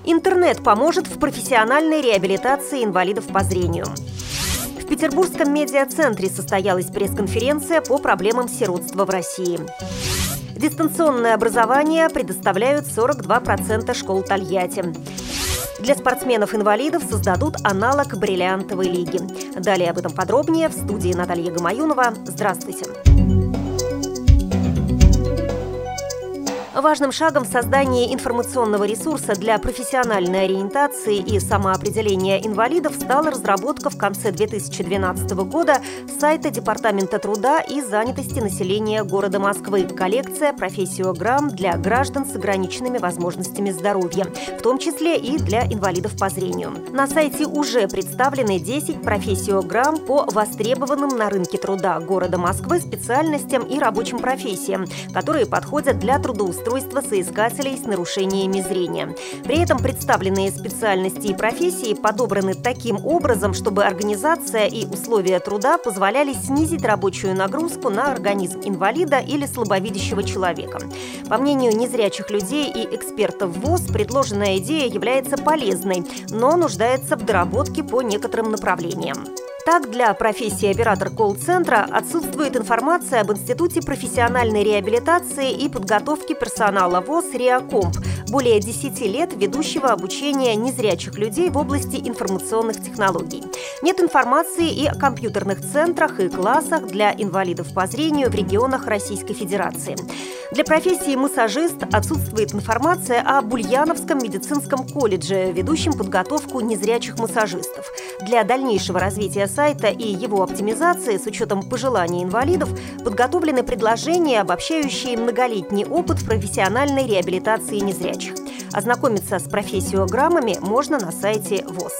Интернет поможет в профессиональной реабилитации инвалидов по зрению. В Петербургском медиацентре состоялась пресс-конференция по проблемам сиротства в России. Дистанционное образование предоставляют 42% школ Тольятти. Для спортсменов-инвалидов создадут аналог бриллиантовой лиги. Далее об этом подробнее в студии Наталья Гамаюнова. Здравствуйте. Важным шагом в создании информационного ресурса для профессиональной ориентации и самоопределения инвалидов стала разработка в конце 2012 года сайта Департамента труда и занятости населения города Москвы «Коллекция профессиограмм для граждан с ограниченными возможностями здоровья», в том числе и для инвалидов по зрению. На сайте уже представлены 10 профессиограмм по востребованным на рынке труда города Москвы специальностям и рабочим профессиям, которые подходят для трудоустройства соискателей с нарушениями зрения. При этом представленные специальности и профессии подобраны таким образом, чтобы организация и условия труда позволяли снизить рабочую нагрузку на организм инвалида или слабовидящего человека. По мнению незрячих людей и экспертов ВОС, предложенная идея является полезной, но нуждается в доработке по некоторым направлениям. Так, для профессии оператор колл-центра отсутствует информация об Институте профессиональной реабилитации и подготовки персонала ВОС «Реакомп», более 10 лет ведущего обучения незрячих людей в области информационных технологий. Нет информации и о компьютерных центрах и классах для инвалидов по зрению в регионах Российской Федерации. Для профессии массажист отсутствует информация о Ульяновском медицинском колледже, ведущем подготовку незрячих массажистов. Для дальнейшего развития сайта и его оптимизации с учетом пожеланий инвалидов подготовлены предложения, обобщающие многолетний опыт в профессиональной реабилитации незрячих. Ознакомиться с профессиограммами можно на сайте ВОС.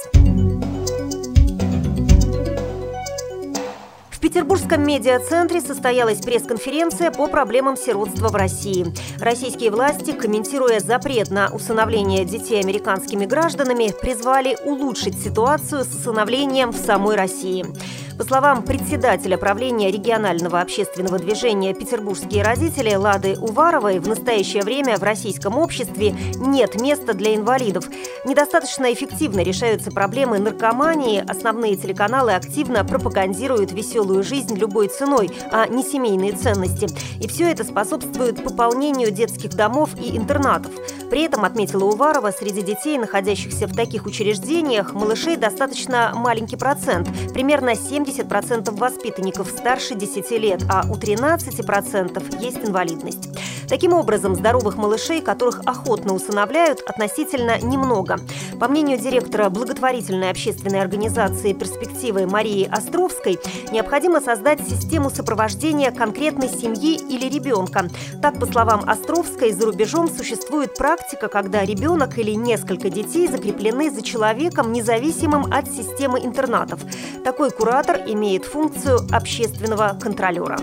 В Петербургском медиацентре состоялась пресс-конференция по проблемам сиротства в России. Российские власти, комментируя запрет на усыновление детей американскими гражданами, призвали улучшить ситуацию с усыновлением в самой России. По словам председателя правления регионального общественного движения «Петербургские родители» Лады Уваровой, в настоящее время в российском обществе нет места для инвалидов. Недостаточно эффективно решаются проблемы наркомании, основные телеканалы активно пропагандируют веселую жизнь любой ценой, а не семейные ценности. И все это способствует пополнению детских домов и интернатов. При этом, отметила Уварова, среди детей, находящихся в таких учреждениях, малышей достаточно маленький процент, примерно 70% воспитанников старше 10 лет, а у 13% есть инвалидность. Таким образом, здоровых малышей, которых охотно усыновляют, относительно немного. По мнению директора благотворительной общественной организации «Перспективы» Марии Островской, необходимо создать систему сопровождения конкретной семьи или ребенка. Так, по словам Островской, за рубежом существует практика, когда ребенок или несколько детей закреплены за человеком, независимым от системы интернатов. Такой куратор имеет функцию общественного контролера.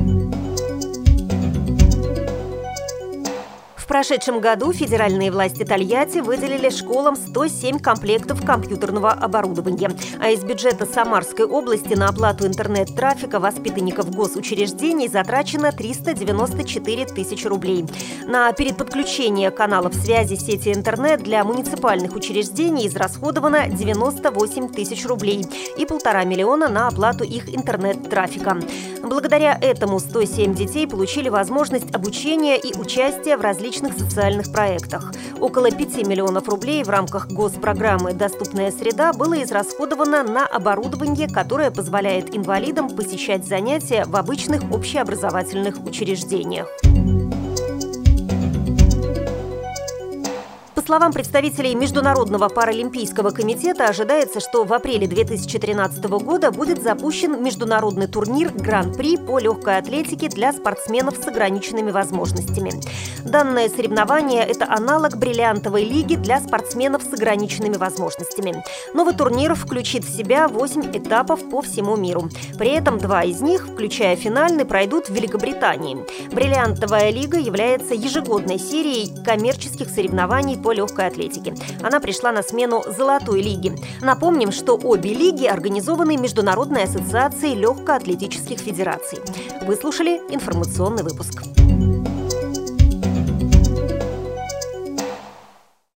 В прошедшем году федеральные власти Тольятти выделили школам 107 комплектов компьютерного оборудования. А из бюджета Самарской области на оплату интернет-трафика воспитанников госучреждений затрачено 394 тысячи рублей. На переподключение каналов связи сети интернет для муниципальных учреждений израсходовано 98 тысяч рублей и 1,5 миллиона на оплату их интернет-трафика. Благодаря этому 107 детей получили возможность обучения и участия в различных социальных проектах. Около 5 миллионов рублей в рамках госпрограммы «Доступная среда» было израсходовано на оборудование, которое позволяет инвалидам посещать занятия в обычных общеобразовательных учреждениях. По словам представителей Международного паралимпийского комитета, ожидается, что в апреле 2013 года будет запущен международный турнир «Гран-при» по легкой атлетике для спортсменов с ограниченными возможностями. Данное соревнование – это аналог бриллиантовой лиги для спортсменов с ограниченными возможностями. Новый турнир включит в себя 8 этапов по всему миру. При этом 2 из них, включая финальный, пройдут в Великобритании. Бриллиантовая лига является ежегодной серией коммерческих соревнований по легкой атлетике. Она пришла на смену Золотой лиге. Напомним, что обе лиги организованы Международной ассоциацией легкоатлетических федераций. Вы слушали информационный выпуск.